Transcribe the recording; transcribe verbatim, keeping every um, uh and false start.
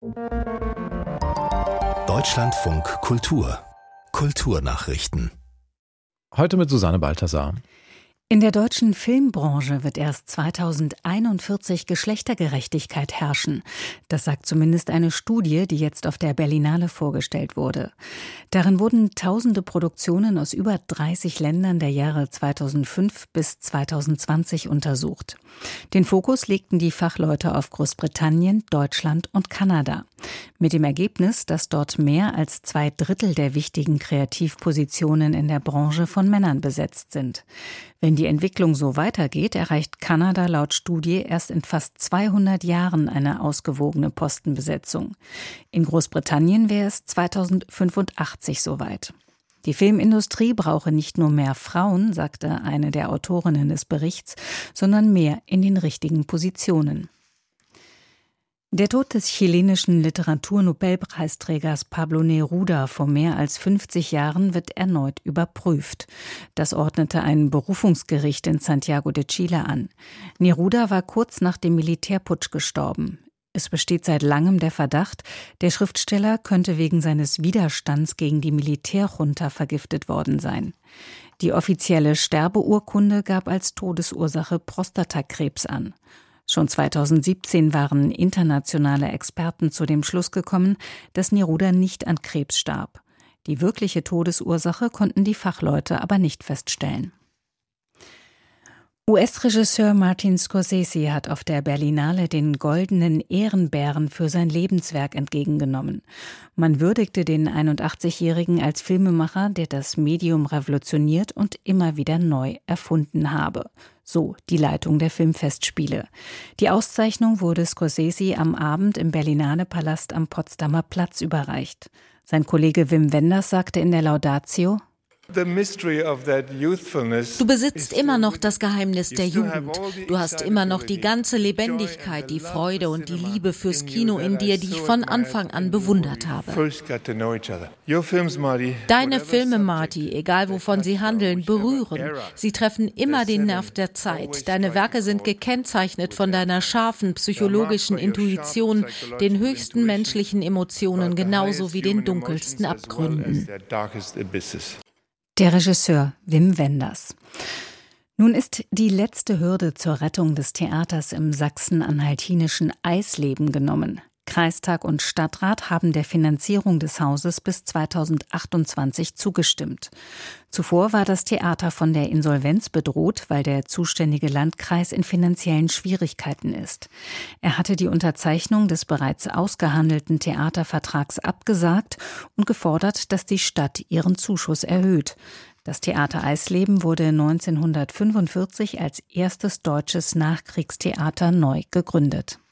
Deutschlandfunk Kultur Kulturnachrichten. Heute mit Susanne Balthasar. In der deutschen Filmbranche wird erst zweitausendeinundvierzig Geschlechtergerechtigkeit herrschen. Das sagt zumindest eine Studie, die jetzt auf der Berlinale vorgestellt wurde. Darin wurden tausende Produktionen aus über dreißig Ländern der Jahre zweitausendfünf bis zweitausendzwanzig untersucht. Den Fokus legten die Fachleute auf Großbritannien, Deutschland und Kanada. Mit dem Ergebnis, dass dort mehr als zwei Drittel der wichtigen Kreativpositionen in der Branche von Männern besetzt sind. Wenn die Entwicklung so weitergeht, erreicht Kanada laut Studie erst in fast zweihundert Jahren eine ausgewogene Postenbesetzung. In Großbritannien wäre es zweitausendfünfundachtzig soweit. Die Filmindustrie brauche nicht nur mehr Frauen, sagte eine der Autorinnen des Berichts, sondern mehr in den richtigen Positionen. Der Tod des chilenischen Literaturnobelpreisträgers Pablo Neruda vor mehr als fünfzig Jahren wird erneut überprüft. Das ordnete ein Berufungsgericht in Santiago de Chile an. Neruda war kurz nach dem Militärputsch gestorben. Es besteht seit langem der Verdacht, der Schriftsteller könnte wegen seines Widerstands gegen die Militärjunta vergiftet worden sein. Die offizielle Sterbeurkunde gab als Todesursache Prostatakrebs an. Schon zweitausendsiebzehn waren internationale Experten zu dem Schluss gekommen, dass Neruda nicht an Krebs starb. Die wirkliche Todesursache konnten die Fachleute aber nicht feststellen. U S-Regisseur Martin Scorsese hat auf der Berlinale den Goldenen Ehrenbären für sein Lebenswerk entgegengenommen. Man würdigte den einundachtzigjährigen als Filmemacher, der das Medium revolutioniert und immer wieder neu erfunden habe. So die Leitung der Filmfestspiele. Die Auszeichnung wurde Scorsese am Abend im Berlinale Palast am Potsdamer Platz überreicht. Sein Kollege Wim Wenders sagte in der Laudatio: Du besitzt immer noch das Geheimnis der Jugend. Du hast immer noch die ganze Lebendigkeit, die Freude und die Liebe fürs Kino in dir, die ich von Anfang an bewundert habe. Deine Filme, Marty, egal wovon sie handeln, berühren. Sie treffen immer den Nerv der Zeit. Deine Werke sind gekennzeichnet von deiner scharfen psychologischen Intuition, den höchsten menschlichen Emotionen genauso wie den dunkelsten Abgründen. Der Regisseur Wim Wenders. Nun ist die letzte Hürde zur Rettung des Theaters im sachsen-anhaltinischen Eisleben genommen. Kreistag und Stadtrat haben der Finanzierung des Hauses bis zweitausendachtundzwanzig zugestimmt. Zuvor war das Theater von der Insolvenz bedroht, weil der zuständige Landkreis in finanziellen Schwierigkeiten ist. Er hatte die Unterzeichnung des bereits ausgehandelten Theatervertrags abgesagt und gefordert, dass die Stadt ihren Zuschuss erhöht. Das Theater Eisleben wurde neunzehnhundertfünfundvierzig als erstes deutsches Nachkriegstheater neu gegründet.